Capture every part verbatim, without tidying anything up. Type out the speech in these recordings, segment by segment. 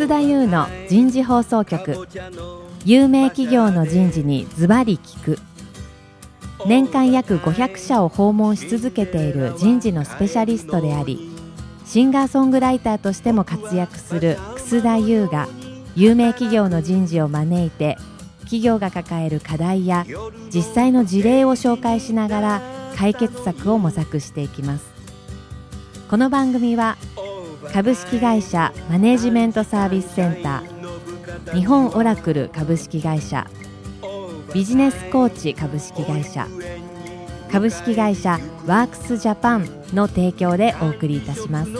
楠田優の人事放送局。有名企業の人事にズバリ聞く。年間約ごひゃくしゃを訪問し続けている人事のスペシャリストであり、シンガーソングライターとしても活躍する楠田優が有名企業の人事を招いて、企業が抱える課題や実際の事例を紹介しながら解決策を模索していきます。この番組は株式会社マネジメントサービスセンター、日本オラクル株式会社、ビジネスコーチ株式会社、株式会社ワークスジャパンの提供でお送りいたします。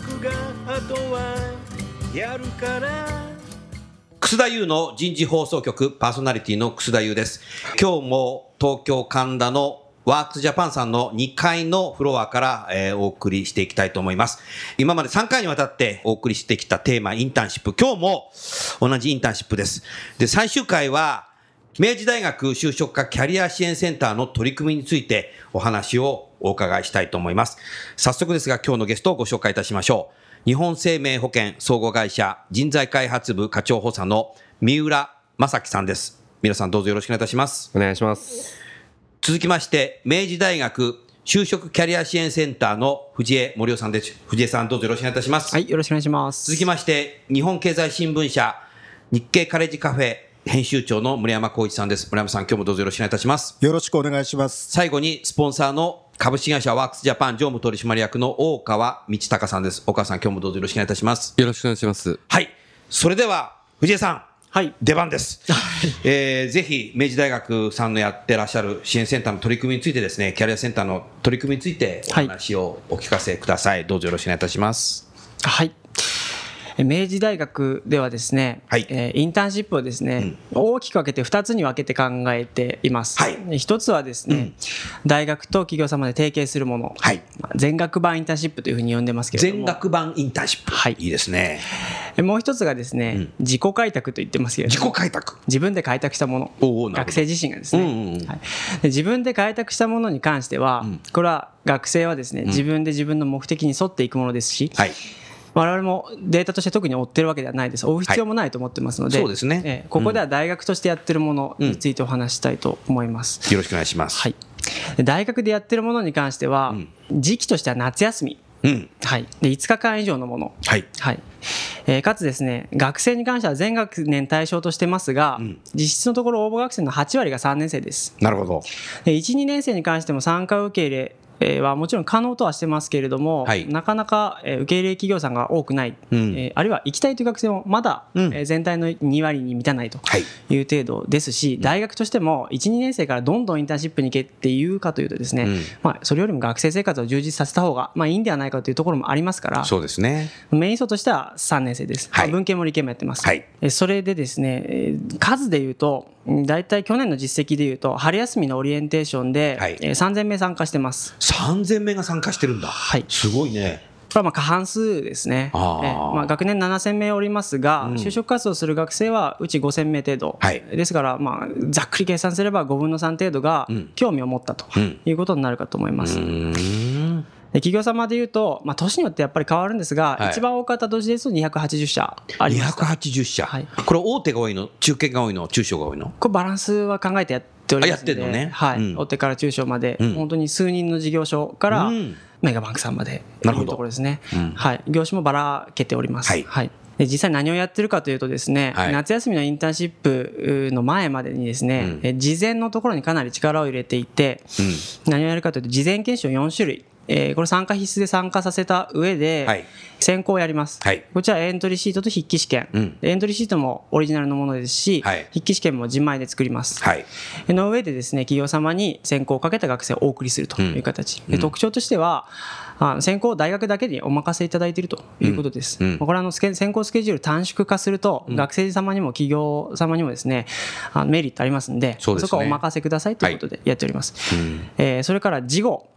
楠田優の人事放送局パーソナリティの楠田優です。今日も東京神田のワークスジャパンさんのにかいのフロアから、えー、お送りしていきたいと思います。今までさんかいにわたってお送りしてきたテーマインターンシップ、今日も同じインターンシップです。で、最終回は明治大学就職課キャリア支援センターの取り組みについてお話をお伺いしたいと思います。早速ですが今日のゲストをご紹介いたしましょう。日本生命保険総合会社人材開発部課長補佐の三浦正樹さんです。三浦さん、どうぞよろしくお願いいたします。 お願いします。 続きまして明治大学就職キャリア支援センターの藤江森夫さんです。藤江さん、どうぞよろしくお願いいたします。 はい、よろしくお願いします。 続きまして日本経済新聞社日経カレッジカフェ編集長の村山浩一さんです。村山さん、今日もどうぞよろしくお願いいたします。 よろしくお願いします。 最後にスポンサーの株式会社ワークスジャパン常務取締役の大川道隆さんです。大川さん、今日もどうぞよろしくお願いいたします。 よろしくお願いします。 はい、それでは藤江さん、 はい、 出番です、えー、ぜひ明治大学さんのやってらっしゃる支援センターの取り組みについてですね、キャリアセンターの取り組みについてお話をお聞かせください、はい、どうぞよろしくお願いいたします。 はい、明治大学ではですね、はい、えー、インターンシップをですね、うん、大きく分けてふたつに分けて考えています、はい、ひとつはですね、うん、大学と企業様で提携するもの、はい、全学版インターンシップというふうに呼んでますけれども、 全学版インターンシップ、はい、いいですね。 もう一つがですね、うん、自己開拓と言ってますけれども、 自己開拓、 自分で開拓したもの、学生自身がですね、うんうんうん、はい、で自分で開拓したものに関しては、うん、これは学生はですね、自分で自分の目的に沿っていくものですし、はい、我々もデータとして特に追ってるわけではないです。追う必要もないと思ってますので、はい、そうですね、えー、ここでは大学としてやってるものについてお話したいと思います、 うん、よろしくお願いします。 はい、大学でやってるものに関しては、うん、時期としては夏休み、うん、はい、でいつかかん以上のもの、はいはい、えー、かつですね、学生に関しては全学年対象としてますが、うん、実質のところ応募学生のはちわりがさんねん生です。なるほど。でいち、にねん生に関しても参加受け入れはもちろん可能とはしてますけれども、はい、なかなか受け入れ企業さんが多くない、うん、えー、あるいは行きたいという学生もまだ、うん、全体のにわりに満たないという程度ですし、はい、大学としてもいち、にねん生からどんどんインターンシップに行けっていうかというとですね、うん、まあ、それよりも学生生活を充実させた方が、まあ、いいんではないかというところもありますから、 そうですね、 メイン層としてはさんねん生です、はい、文系も理系もやってます、はい、それでですね、数でいうとだいたい去年の実績でいうと春休みのオリエンテーションで、はい、さんぜんめい参加してます。 さんぜんめいが参加してるんだ、はい、すごいね。 これはまあ過半数ですね。あ、えまあ学年ななせんめいおりますが、うん、就職活動する学生はうちごせんめい程度、はい、ですからまあざっくり計算すればごぶんのさん程度が興味を持ったということになるかと思います、うん、で企業様でいうと、まあ、都市によってやっぱり変わるんですが、はい、一番多かった都市ですとにひゃくはちじゅっしゃありました。 にひゃくはちじゅっしゃ、はい、これ大手が多いの、中堅が多いの、中小が多いの？これバランスは考えてやっておりますので、 やってんのね、 はい、うん、大手から中小まで、うん、本当に数人の事業所から、うん、メガバンクさんまでというところですね、うん、はい、業種もばらけております、はいはい、で実際何をやってるかというとですね、はい、夏休みのインターンシップの前までにですね、うん、事前のところにかなり力を入れていて、うん、何をやるかというと事前研修をよんしゅるい、えー、これ参加必須で参加させた上で、はい、選考をやります、はい、こちらエントリーシートと筆記試験、うん、エントリーシートもオリジナルのものですし、はい、筆記試験も自前で作ります、はい、の上でですね、企業様に選考をかけた学生をお送りするという形、うん、で特徴としてはあ選考を大学だけにお任せいただいているということです、うんうん、これはあの選考スケジュール短縮化すると、うん、学生様にも企業様にもですね、あのメリットありますので、 そ, で、ね、そこはお任せくださいということでやっております、はい、うん、えー、それから事後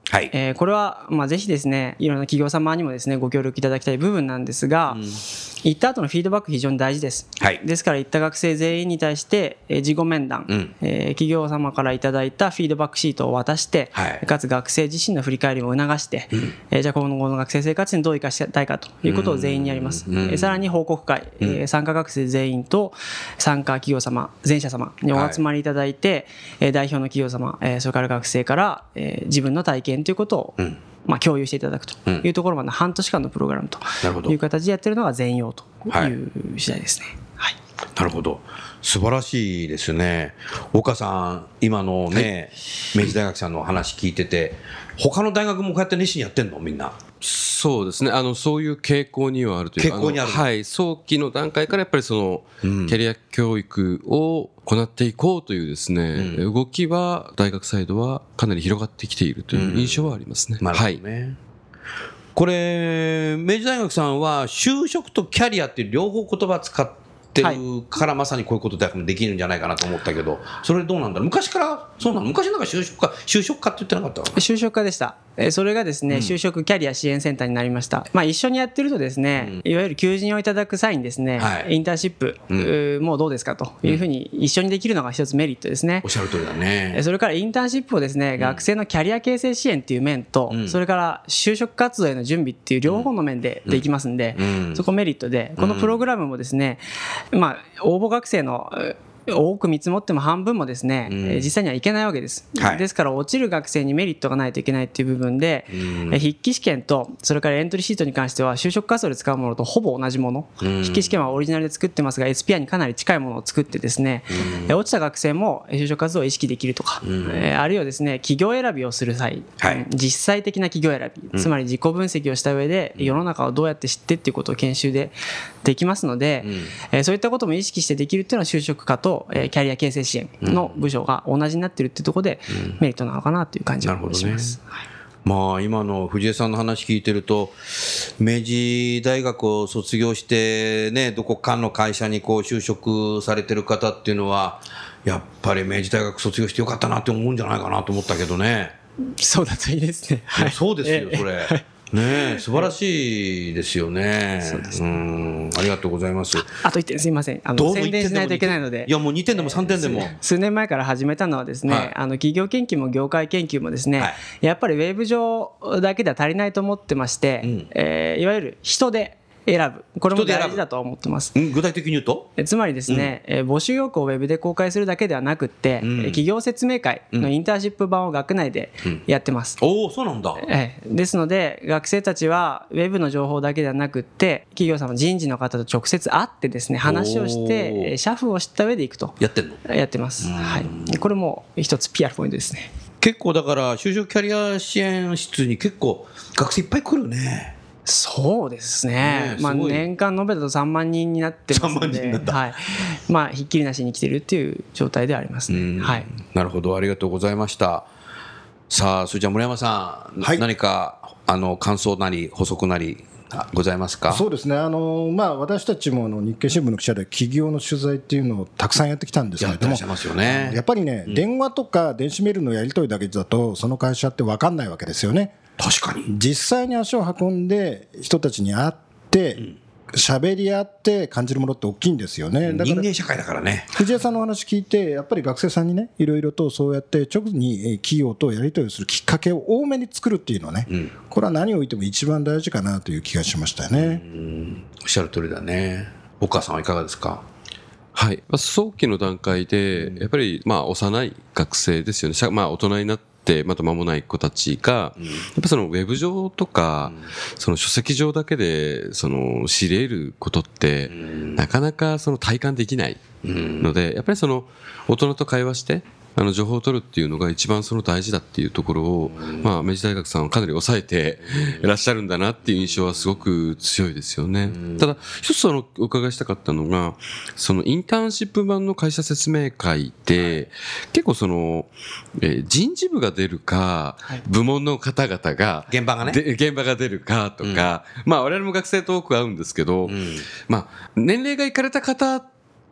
はい、 えー、これはまあぜひですね、いろんな企業様にもですねご協力いただきたい部分なんですが、うん、行った後のフィードバック非常に大事です、はい、ですから行った学生全員に対して、えー、事後面談、うんえー、企業様からいただいたフィードバックシートを渡して、はい、かつ学生自身の振り返りも促して、うんえー、じゃあ今後の学生生活にどう生かしたいかということを全員にやります、うんえー、さらに報告会、うんえー、参加学生全員と参加企業様全社様にお集まりいただいて、はい、代表の企業様、えー、それから学生から、えー、自分の体験ということを、うんまあ、共有していただくというところまで半年間のプログラムという形でやっているのが全容という次第ですね。はい、 なるほど、素晴らしいですね。岡さん、今のね、はい、明治大学さんの話聞いてて、他の大学もこうやって熱心にやってんのみんな。 そうですね、あのそういう傾向にはあるというか、 傾向にある、 はい、早期の段階からやっぱりその、うん、キャリア教育を行っていこうというですね、うん、動きは大学サイドはかなり広がってきているという印象はありますね。 うん、なるほどね。はい、これ明治大学さんは就職とキャリアって両方言葉使ってるからまさにこういうことできるんじゃないかなと思ったけど、それどうなんだろう。昔からそうなの？昔なんか就職か就職かって言ってなかった？ 就職課でした。それがですね、うん、就職キャリア支援センターになりました。まあ、一緒にやってるとですね、うん、いわゆる求人をいただく際にですね、はい、インターンシップ、うん、もうどうですかというふうに一緒にできるのが一つメリットですね。 おっしゃる通りだね。 それからインターンシップをですね、うん、学生のキャリア形成支援っていう面と、うん、それから就職活動への準備っていう両方の面でできますんで、うんうん、そこメリットで、このプログラムもですね、まあ、応募学生の多く見積もっても半分もですね、うん、実際にはいけないわけです、はい、ですから落ちる学生にメリットがないといけないっていう部分で、うん、筆記試験とそれからエントリーシートに関しては就職活動で使うものとほぼ同じもの、うん、筆記試験はオリジナルで作ってますが エスピア にかなり近いものを作ってですね、うん、落ちた学生も就職活動を意識できるとか、うん、あるいはですね企業選びをする際、はい、実際的な企業選び、つまり自己分析をした上で世の中をどうやって知ってっていうことを研修でできますので、うん、そういったことも意識してできるっていうのは就職課とキャリア形成支援の部署が同じになっているっていうところでメリットなのかなという感じがします。 うん、なるほどね。まあ、今の藤江さんの話聞いてると明治大学を卒業してね、どこかの会社にこう就職されてる方っていうのはやっぱり明治大学卒業してよかったなって思うんじゃないかなと思ったけどね。 そうだといいですね。 はい、そうですよ、それ。ねえ、素晴らしいですよね。そうですね。うん、ありがとうございます。 あといってんすいません。あの宣伝しないといけないので。 いやもうにてんでもさんてんでも。 数年前から始めたのはですね、はい、あの企業研究も業界研究もですね、はい、やっぱりウェブ上だけでは足りないと思ってまして、うん、えー、いわゆる人で選ぶ、これも大事だと思ってます。 うん、具体的に言うと、 えつまりですね、うん、え募集要項をウェブで公開するだけではなくって、うん、企業説明会のインターンシップ版を学内でやってます。 うん、おお、そうなんだ。 えですので学生たちはウェブの情報だけではなくって企業様人事の方と直接会ってですね話をして社風を知った上でいくとやってんのやってます。はい、これも一つ ピーアール ポイントですね。 結構だから就職キャリア支援室に結構学生いっぱい来るね。 そうですね。まあ年間延べだとさんまんにんになってますので、はい、まあひっきりなしに来てるっていう状態ではありますね。はい。 なるほど、ありがとうございました。さあ、それじゃあ森山さん、はい、何かあの感想なり補足なりございますか？ そうですね。あのまあ私たちもあの日経新聞の記者で企業の取材っていうのをたくさんやってきたんですけれども、 やってらっしゃいますよね。 やっぱりね、うん、電話とか電子メールのやり取りだけだとその会社って分かんないわけですよね。 確かに実際に足を運んで人たちに会って喋、うん、り合って感じるものって大きいんですよね。 だから人間社会だからね。 藤江さんのお話聞いてやっぱり学生さんにねいろいろとそうやって直に企業とやり取りするきっかけを多めに作るっていうのはね、うん、これは何を言っても一番大事かなという気がしましたよね。うん、 おっしゃる通りだね。お母さんはいかがですか？ はい、早期の段階でやっぱりまあ幼い学生ですよね。まあ大人になってまた間もない子たちが、やっぱそのウェブ上とか、その書籍上だけでその知れることって、なかなかその体感できないので、やっぱりその大人と会話してあの情報を取るっていうのが一番その大事だっていうところを、まあ明治大学さんはかなり抑えていらっしゃるんだなっていう印象はすごく強いですよね。ただ一つそのお伺いしたかったのが、そのインターンシップ版の会社説明会で結構その、えー、人事部が出るか、部門の方々が現場がね現場が出るかとか、まあ我々も学生と多く会うんですけど、まあ年齢がいかれた方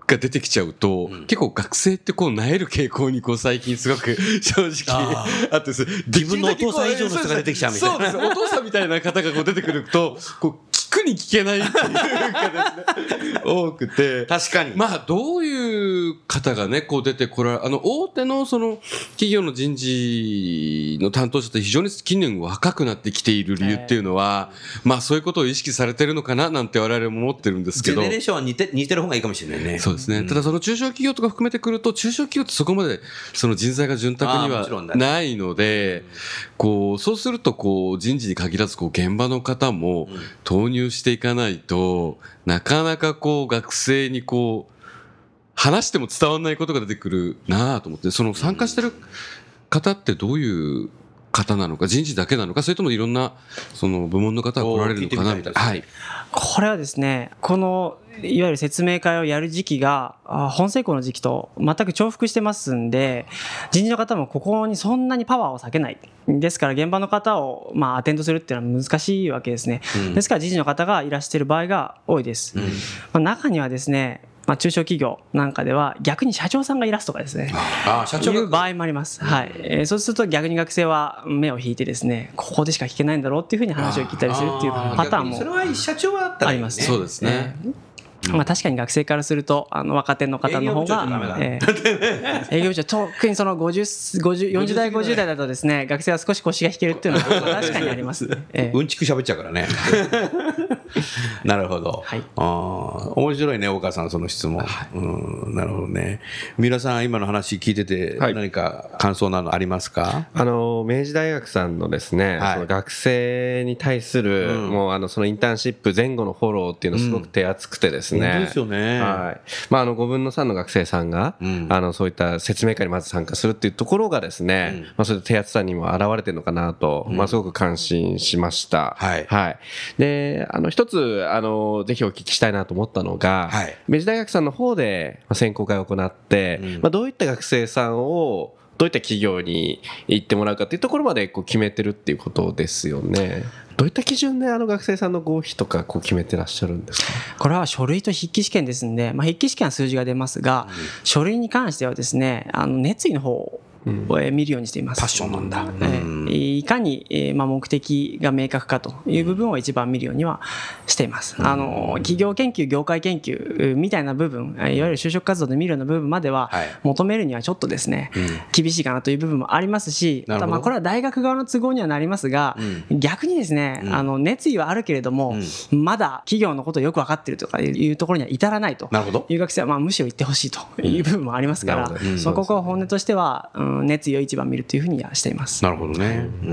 が出てきちゃうと、うん、結構学生ってこう萎える傾向にこう最近すごく正直あって自分のお父さん以上の人が出てきちゃうみたいな。 そうです。お父さんみたいな方がこう出てくるとこう聞くに聞けないっていうかですね多くて、 確かにまあどういう方がねこう出てこられあの大手のその企業の人事の担当者って非常に近年若くなってきている理由っていうのは、えー、まあそういうことを意識されてるのかななんて我々も思ってるんですけど、 ジェネレーションは似て似てる方がいいかもしれないね。 そうですね、うん、ただその中小企業とか含めてくると中小企業ってそこまでその人材が潤沢にはないので、こうそうするとこう人事に限らずこう現場の方も投入していかないとなかなかこう学生にこう話しても伝わらないことが出てくるなと思って、その参加してる方ってどういう方なのか、人事だけなのか、それともいろんなその部門の方が来られるのかなみたいな。はい、 これはですね、このいわゆる説明会をやる時期が本成功の時期と全く重複してますんで、人事の方もここにそんなにパワーを割けないですから、現場の方をまあアテンドするっていうのは難しいわけですね、うん、ですから人事の方がいらしている場合が多いです、うん、まあ、中にはですね、まあ、中小企業なんかでは逆に社長さんがいらすとかですね、 ああ社長がいう場合もあります、はい、えー、そうすると逆に学生は目を引いてですね、ここでしか聞けないんだろうっていうふうに話を聞いたりするっていうパターンもそれは社長はあったらいいね。 あります。 そうですね、 えーまあ、確かに学生からするとあの若手の方の方が営業部長、えー、営業部長特にそのごじゅう、ごじゅう、よんじゅう代ごじゅう代だとですね、学生は少し腰が引けるっていうのは確かにあります、 えー、うんちく喋っちゃうからねなるほど、はい、あ面白いね大川さんその質問、はい、うん、なるほどね。三浦さん今の話聞いてて何か感想なのありますか？はい、 あの明治大学さんのですね、はい、その学生に対する、うん、もうあのそのインターンシップ前後のフォローっていうのすごく手厚くてですね、うん、 本当ですよね、 はい、まあ、あのごぶんのさんの学生さんが、うん、あのそういった説明会にまず参加するっていうところがですね、うん、まあ、それで手厚さにも表れてるのかなと、うん、まあ、すごく感心しました、はいはい、であの一つあのぜひお聞きしたいなと思ったのが、はい、明治大学さんの方で選考会を行って、うん、まあ、どういった学生さんをどういった企業に行ってもらうかっていうところまでこう決めてるっていうことですよね。どういった基準であの学生さんの合否とかこう決めてらっしゃるんですか？ これは書類と筆記試験ですんで、まあ、筆記試験は数字が出ますが、うん、書類に関してはですね、あの熱意の方を見るようにしています。 パッションなんだ、 えー、いかに、えーまあ、目的が明確かという部分を一番見るようにはしています。あの企業研究業界研究みたいな部分、いわゆる就職活動で見るような部分までは求めるにはちょっとですね、はい、厳しいかなという部分もありますし、またまあこれは大学側の都合にはなりますが、うん、逆にですね、うん、あの熱意はあるけれども、うん、まだ企業のことをよく分かっているとかいうところには至らないという学生はまあむしろ行ってほしいという部分もありますから、うん、そこが本音としては、うん、熱意を一番見るというふうにはしています。 なるほどね、うん、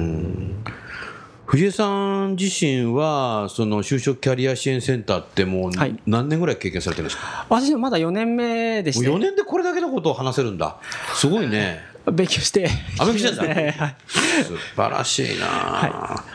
藤江さん自身はその就職キャリア支援センターってもう何年ぐらい経験されてるんですか？はい、 私はまだよねんめでして、 よねんでこれだけのことを話せるんだ、すごいね。 勉強してあ勉強してんだ、はい、素晴らしいな、はい、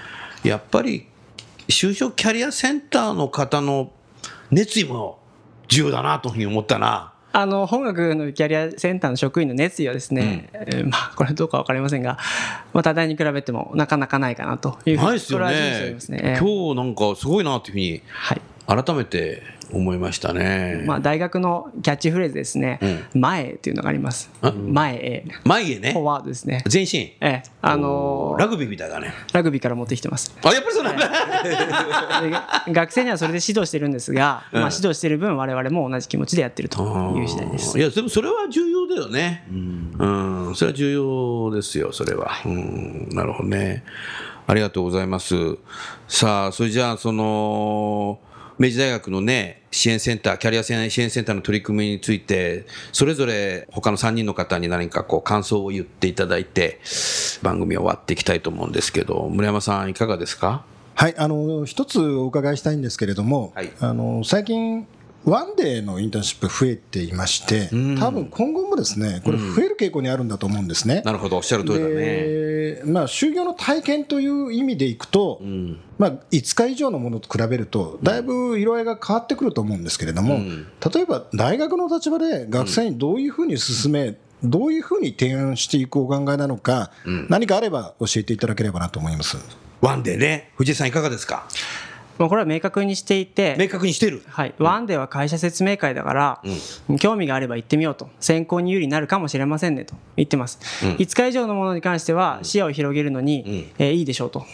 やっぱり就職キャリアセンターの方の熱意も重要だなというふうに思ったな。 あの本学のキャリアセンターの職員の熱意はですね、うん、えー、まあこれはどうか分かりませんが、まあ、他大に比べてもなかなかないかなというふうに、 ないですよね、ね、今日なんかすごいなというふうに改めて思いましたね。 まあ、大学のキャッチフレーズですね、うん、前へというのがあります。前へ前へね、 フォワードですね、 前進、 ええ、あのー、 ラグビーみたいだね。 ラグビーから持ってきてます。 あ、やっぱりそうなんだ学生にはそれで指導してるんですが、うん、まあ、指導してる分我々も同じ気持ちでやってるという次第です。 いやでもそれは重要だよね、うん、うん、それは重要ですよそれは、うん、なるほどね、ありがとうございます。さあそれじゃあその明治大学のね支援センターキャリア支援センターの取り組みについてそれぞれ他のさんにんの方に何かこう感想を言っていただいて番組を終わっていきたいと思うんですけど、村山さんいかがですか？ はい、あの一つお伺いしたいんですけれども、はい、あの最近ワンデーのインターンシップ増えていまして、多分今後もですねこれ増える傾向にあるんだと思うんですね、 うん、なるほど、おっしゃる通りだね。 で、まあ、就業の体験という意味でいくと、うん、まあ、いつか以上のものと比べるとだいぶ色合いが変わってくると思うんですけれども、うん、例えば大学の立場で学生にどういうふうに進め、うん、どういうふうに提案していくお考えなのか、うん、何かあれば教えていただければなと思います。 ワンデーね、藤井さんいかがですか？ まあ、これは明確にしていて、 明確にしてる、 はい、ワンデーは会社説明会だから、うん、興味があれば行ってみようと、選考に有利になるかもしれませんねと言ってます、うん、いつか以上のものに関しては視野を広げるのに、うんえー、いいでしょうと、うん、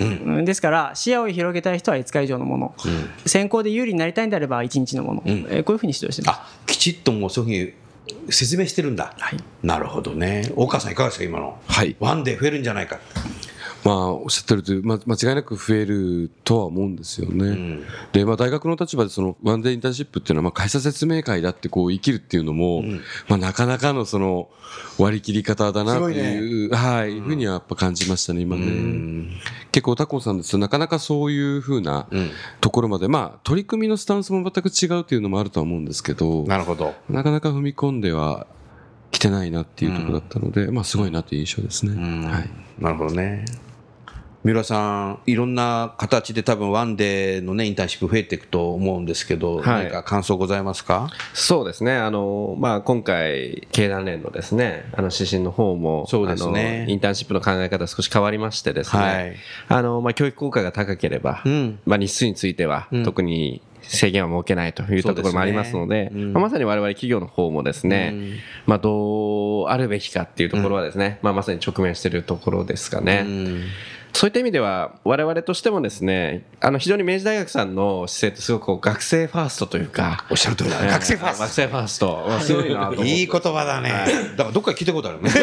ですから視野を広げたい人はいつか以上のもの、うん、選考で有利になりたいんであればいちにちのもの、うんえー、こういうふうに指導してます。 あ、きちっともうそういうふうに説明してるんだ、はい、なるほどね。大川さんいかがですか今の、はい、ワンデー増えるんじゃないか。 まあ、おっしゃってるとおり、ま、間違いなく増えるとは思うんですよね、うん、で、まあ、大学の立場でそのワンデーインターンシップっていうのはまあ会社説明会だってこう生きるっていうのも、うんまあ、なかなかのその割り切り方だなという、ねはい、うん、ふうにはやっぱ感じましたね今ね、うん、結構タコさんですとなかなかそういうふうなところまで、まあ、取り組みのスタンスも全く違うというのもあるとは思うんですけど、 なるほど、 なかなか踏み込んでは来てないなっていうところだったので、うんまあ、すごいなという印象ですね、うんはい、 なるほどね。三浦さん、いろんな形で多分ワンデーの、ね、インターンシップ増えていくと思うんですけど、はい、何か感想ございますか？ そうですね、あの、まあ、今回経団連のですね、あの指針の方もそうですね、 あのインターンシップの考え方少し変わりましてですね、はい、あのまあ、教育効果が高ければ、うんまあ、日数については特に制限は設けないといったところもありますので、うんまあ、まさに我々企業の方もですね、うんまあ、どうあるべきかっていうところはですね、うんまあ、まさに直面しているところですかね、うんそういった意味では我々としてもですね、あの非常に明治大学さんの姿勢ってすごくこう学生ファーストというか、 おっしゃる通りだ、ね、 学生ファースト学生ファーストすごいなと思っていい言葉だね、はい、だからどっかで聞いたことあるね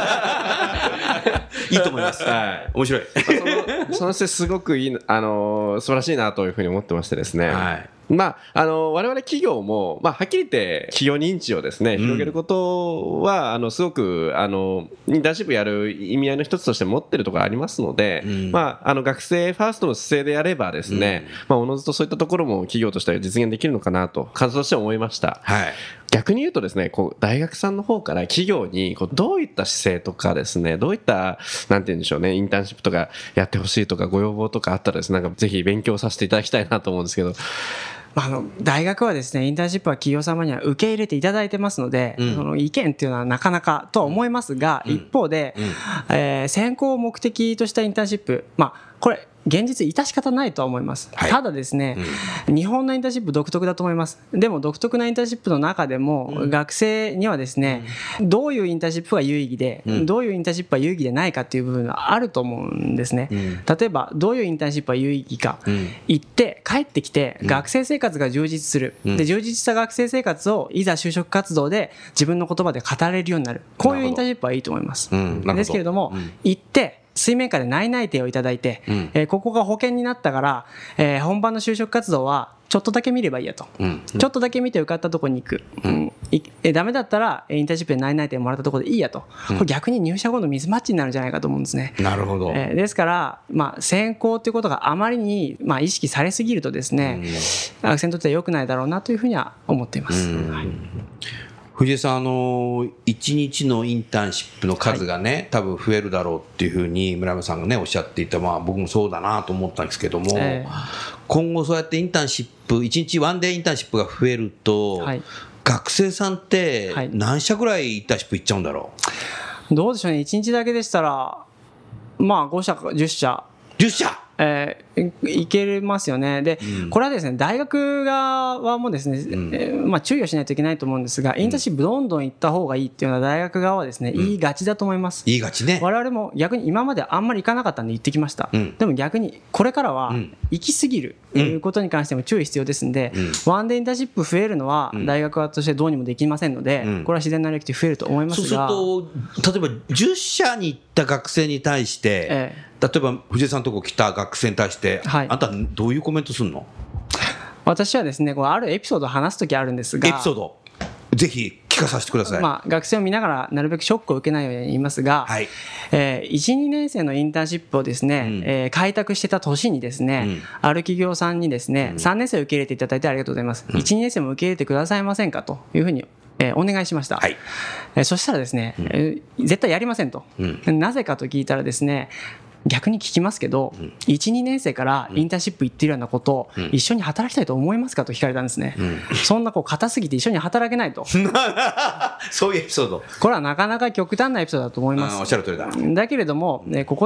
いいと思います、はい、面白いそのその姿勢すごくいい、あの素晴らしいなというふうに思ってましてですね、はいまあ、あの我々企業も、まあ、はっきり言って企業認知をですね広げることは、うん、あのすごくあのインターンシップやる意味合いの一つとして持っているところありますので、うんまあ、あの学生ファーストの姿勢でやればですね、うんまあ、おのずとそういったところも企業としては実現できるのかなと感想として思いました、はい、逆に言うとですねこう大学さんの方から企業にこうどういった姿勢とかですねどういったなんて言うんでしょうねインターンシップとかやってほしいとかご要望とかあったらですねなんかぜひ勉強させていただきたいなと思うんですけど、 あの大学はですねインターンシップは企業様には受け入れていただいてますので、うん、その意見っていうのはなかなかとは思いますが、うん、一方で、うんえー、選考を目的としたインターンシップ、まあこれ現実致し方ないとは思います、はい、ただですね、うん、日本のインターンシップ独特だと思います。でも独特なインターンシップの中でも、うん、学生にはですね、うん、どういうインターンシップが有意義で、うん、どういうインターンシップは有意義でないかっていう部分があると思うんですね、うん、例えばどういうインターンシップは有意義か、うん、行って帰ってきて学生生活が充実する、うん、で充実した学生生活をいざ就職活動で自分の言葉で語れるようになる、こういうインターンシップはいいと思います、うん、ですけれども、うん、行って水面下で内々定をいただいて、うんえー、ここが保険になったから、えー、本番の就職活動はちょっとだけ見ればいいやと、うんうん、ちょっとだけ見て受かったところに行く、うん、いえダメだったらインターンシップで内々定もらったところでいいやと、これ逆に入社後のミスマッチになるんじゃないかと思うんですね。 なるほど、 えー、ですから、まあ、選考ということがあまりに、まあ、意識されすぎるとですね、うん、学生にとっては良くないだろうなというふうには思っています、うんはい藤井さん、あのいちにちのインターンシップの数がね、はい、多分増えるだろうっていうふうに村山さんがねおっしゃっていた、まあ、僕もそうだなと思ったんですけども、えー、今後そうやってインターンシップいちにちワンデーインターンシップが増えると、はい、学生さんって何社ぐらいインターンシップ行っちゃうんだろう。どうでしょうね、いちにちだけでしたらまあご社かじゅっ社じゅっ社えー、いけますよね。で、うん、これはですね大学側もですね、うんえーまあ、注意をしないといけないと思うんですが、インターンシップどんどん行った方がいいっていうのは大学側はですね、うん、言いがちだと思います。 言いがちね。 我々も逆に今まであんまり行かなかったんで行ってきました、うん、でも逆にこれからは行き過ぎるということに関しても注意必要ですんで、うん、ワンデーインターンシップ増えるのは大学側としてどうにもできませんので、うん、これは自然な歴で増えると思いますが、 そうすると例えばじゅっ社に行った学生に対して、ええ、例えば藤井さんのとこ来た学生に対して、はい、あんたどういうコメントするの？ 私はですねこうあるエピソードを話すときあるんですが、 エピソードぜひ聞かさせてください。 まあ、学生を見ながらなるべくショックを受けないように言いますが、はいえー、いち、にねん生のインターンシップをですね、うんえー、開拓してた年にですね、うん、ある企業さんにですね、うん、さんねん生を受け入れていただいてありがとうございます、うん、いち、にねん生も受け入れてくださいませんかというふうにえー、お願いしました、はいえー、そしたらですね、うんえー、絶対やりませんと、うん、なぜかと聞いたらですね逆に聞きますけど、うん、いち、にねん生からインターンシップ行っているようなことを一緒に働きたいと思いますかと聞かれたんですね、うん、そんなこう硬すぎて一緒に働けないとそういうエピソード、 これはなかなか極端なエピソードだと思います。 おっしゃる通りだ。 だけれども、ね、ここで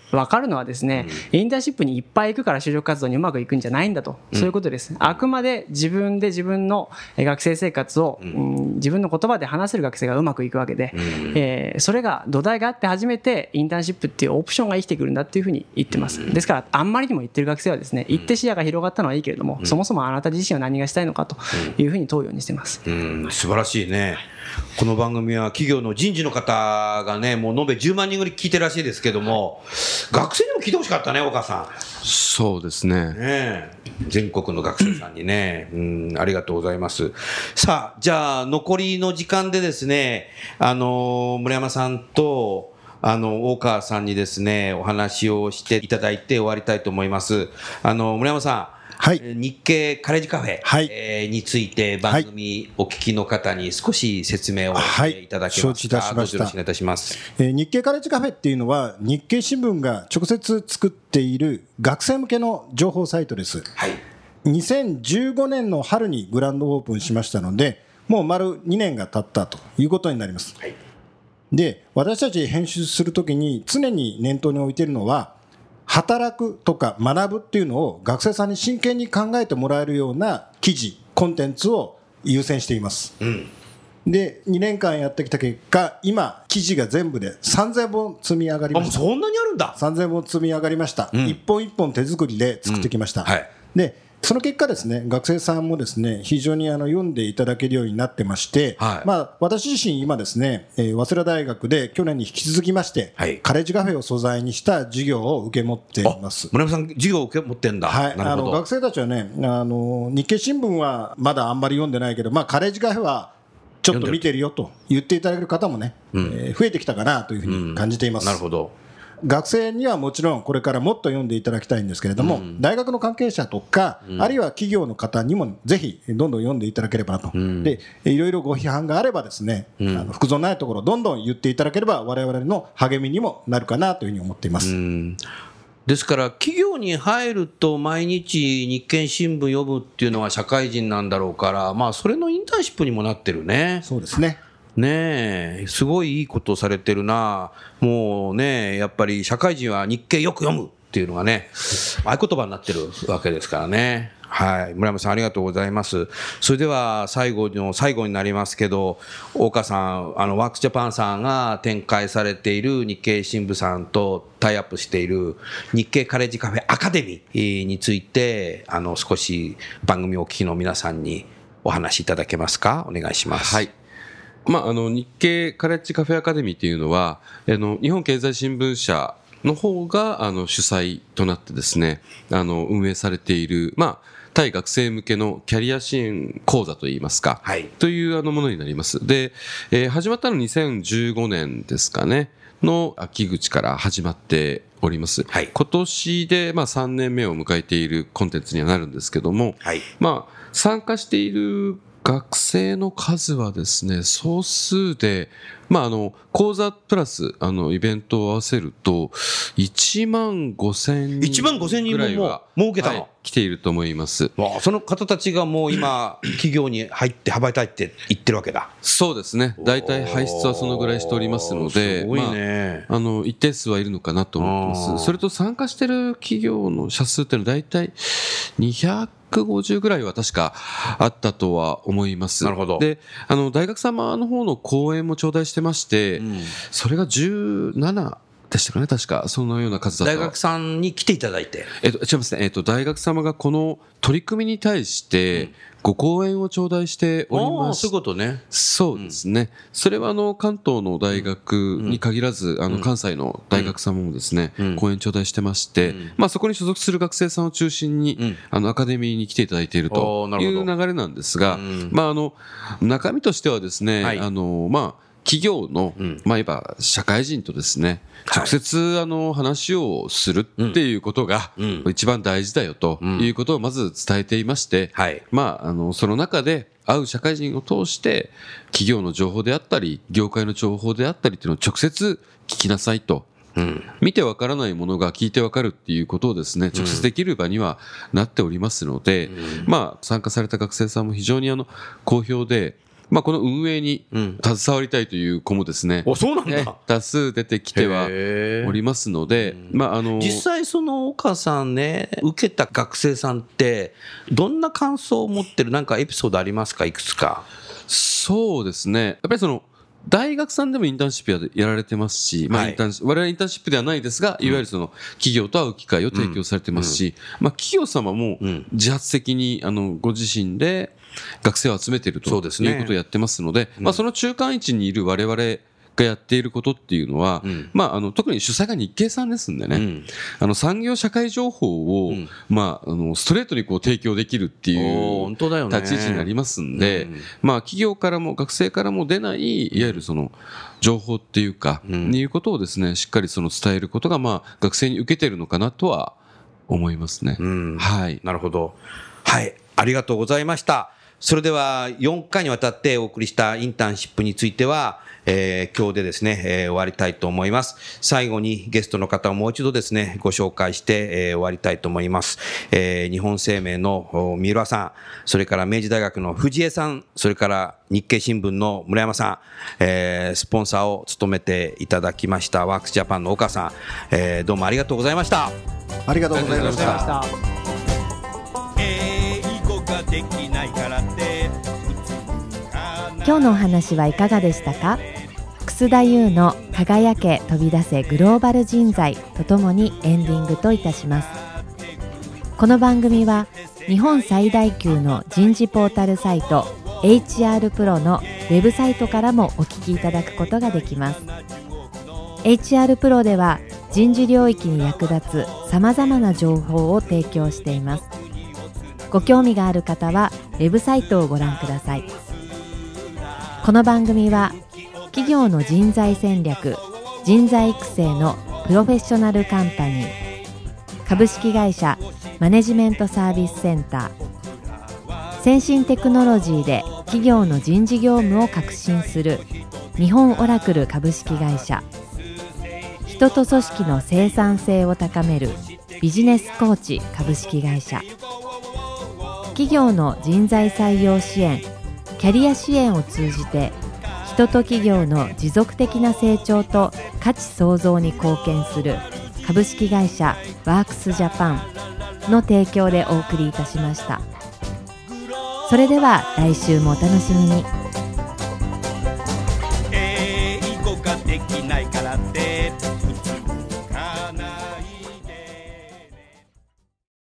分かるのはですね、うん、インターンシップにいっぱい行くから就職活動にうまくいくんじゃないんだと、そういうことです、うん、あくまで自分で自分の学生生活を、うんうん、自分の言葉で話せる学生がうまくいくわけで、うんえー、それが土台があって初めてインターンシップっていうオプションが生きてくるんだっていうふうに言ってます。ですからあんまりにも言ってる学生はですね、言って視野が広がったのはいいけれども、うん、そもそもあなた自身は何がしたいのかというふうに問うようにしてます、 うんうん、素晴らしいね。この番組は企業の人事の方がね、もう延べじゅうまんにんぐらい聞いてるらしいですけども、学生にも聞いてほしかったね、岡さん。 そうですね。 ね全国の学生さんにね、うん、ありがとうございます。さあ、じゃあ残りの時間でですね、あの村山さんとあの大川さんにですね、お話をしていただいて終わりたいと思います。あの村山さん。はい、日経カレッジカフェ、はいえー、について番組お聞きの方に少し説明をしていただけますか。はい、承知いたしました。よろしくお願いいたします。 えー、日経カレッジカフェっていうのは日経新聞が直接作っている学生向けの情報サイトです。はい、にせんじゅうごねんの春にグランドオープンしましたので、もう丸にねんが経ったということになります。はい、で、私たち編集するときに常に念頭に置いているのは、働くとか学ぶっていうのを学生さんに真剣に考えてもらえるような記事、コンテンツを優先しています、うん、でにねんかんやってきた結果、今記事が全部でさんぜんぼん積み上がりました。 あ、そんなにあるんだ。 さんぜんぼん積み上がりました、うん、一本一本手作りで作ってきました、うんはい、でその結果ですね、学生さんもですね、非常にあの読んでいただけるようになってまして、はい、まあ、私自身今ですね、えー、早稲田大学で去年に引き続きまして、はい、カレッジカフェを素材にした授業を受け持っています。 村山さん、授業を受け持ってんだ。 はい、あの学生たちはね、あの日経新聞はまだあんまり読んでないけど、まあ、カレッジカフェはちょっと見てるよと言っていただける方もね、うんえー、増えてきたかなというふうに感じています。うん、 なるほど。 学生にはもちろんこれからもっと読んでいただきたいんですけれども、うん、大学の関係者とか、うん、あるいは企業の方にもぜひどんどん読んでいただければなと、うん、でいろいろご批判があればですね、うん、あの複雑ないところどんどん言っていただければ我々の励みにもなるかなというふうに思っています。うん、 ですから企業に入ると毎日日経新聞読むっていうのは社会人なんだろうから、まあ、それのインターンシップにもなってるね。 そうですね。 ねえ、すごいいいことされてるな。もうね、やっぱり社会人は日経よく読むっていうのがね、合言葉になってるわけですからね。はい、村山さんありがとうございます。それでは最後の最後になりますけど、大川さん、あのワークスジャパンさんが展開されている日経新聞さんとタイアップしている日経カレッジカフェアカデミーについて、あの少し番組をお聞きの皆さんにお話しいただけますか。お願いします。 はい。まあ、あの日経カレッジカフェアカデミーというのは、あの日本経済新聞社の方があの主催となってですね、あの運営されている、まあ、対学生向けのキャリア支援講座といいますか、はい、というあのものになります。で、えー、始まったのにせんじゅうごねんですかねの秋口から始まっております。はい、今年でまあさんねんめを迎えているコンテンツにはなるんですけども、はい、まあ参加している学生の数はですね、総数で、まあ、あの講座プラスあのイベントを合わせるといちまんごせんにんぐらいはもう受けたの、 はい、来ていると思います。 わあ、その方たちがもう今企業に入って羽ばたいていってるわけだ。 そうですね。大体輩出はそのぐらいしておりますので、 すごいね。 まあ、あの一定数はいるのかなと思ってます。それと参加している企業の社数っていうのは大体にひゃくごじゅうぐらいは確かあったとは思います。 なるほど。 で、あの大学様の方の講演も頂戴してまして、うん、それがじゅうななでしたかね、確かそのような数だった。 大学さんに来ていただいて、 えっと違いますね、えっと大学様がこの取り組みに対してご講演を頂戴しております。 そういうことね。 そうですね。それはあの関東の大学に限らず、あの関西の大学様もですね、講演頂戴してまして、まあそこに所属する学生さんを中心にあのアカデミーに来ていただいているという流れなんですが、まああの中身としてはですね、あのまあ企業の、うん、まあ、いわば社会人とですね、直接あの話をするっていうことが一番大事だよということをまず伝えていまして、はい、まあ、あのその中で会う社会人を通して企業の情報であったり業界の情報であったりっていうのを直接聞きなさいと。うん、見てわからないものが聞いてわかるっていうことをですね、直接できる場にはなっておりますので、うん、まあ参加された学生さんも非常にあの好評で、 まあ、この運営に携わりたいという子もですね、 お、そうなんだ、 ね、多数出てきてはおりますので、まあ、あの実際その岡さんね、受けた学生さんってどんな感想を持ってる、なんかエピソードありますか、いくつか。 そうですね、やっぱりその大学さんでもインターンシップ や, やられてますし、まあ、インターン、はい、我々インターンシップではないですが、いわゆるその企業と会う機会を提供されてますし、うん、まあ、企業様も自発的にあのご自身で学生を集めているということをやってますので、まあ、その中間位置にいる我々がやっていることっていうのは、うん、まあ、あの特に主催が日経さんですんでね、うん、あの産業社会情報を、うん、まあ、あのストレートにこう提供できるっていう立ち位置になりますんで、うん、まあ、企業からも学生からも出ないいわゆるその情報っていうか、うん、いうことをですね、しっかりその伝えることが、まあ、学生に受けてるのかなとは思いますね、うん、はい、 なるほど、はい、ありがとうございました。それではよんかいにわたってお送りしたインターンシップについては、えー、今日でですね、えー、終わりたいと思います。最後にゲストの方をもう一度ですね、ご紹介して、えー、終わりたいと思います。えー、日本生命の三浦さん、それから明治大学の藤江さん、それから日経新聞の村山さん、えー、スポンサーを務めていただきましたワークスジャパンの岡さん、えー、どうもありがとうございました。 ありがとうございました。 今日のお話はいかがでしたか。楠田優の輝け飛び出せグローバル人材とともにエンディングといたします。この番組は日本最大級の人事ポータルサイト エイチアール プロのウェブサイトからもお聞きいただくことができます。 エイチアール プロでは人事領域に役立つさまざまな情報を提供しています。ご興味がある方はウェブサイトをご覧ください。この番組は企業の人材戦略、人材育成のプロフェッショナルカンパニー、株式会社マネジメントサービスセンター、先進テクノロジーで企業の人事業務を革新する日本オラクル株式会社、人と組織の生産性を高めるビジネスコーチ株式会社、企業の人材採用支援、キャリア支援を通じて人と企業の持続的な成長と価値創造に貢献する株式会社ワークスジャパンの提供でお送りいたしました。それでは来週もお楽しみに。 英語ができないからって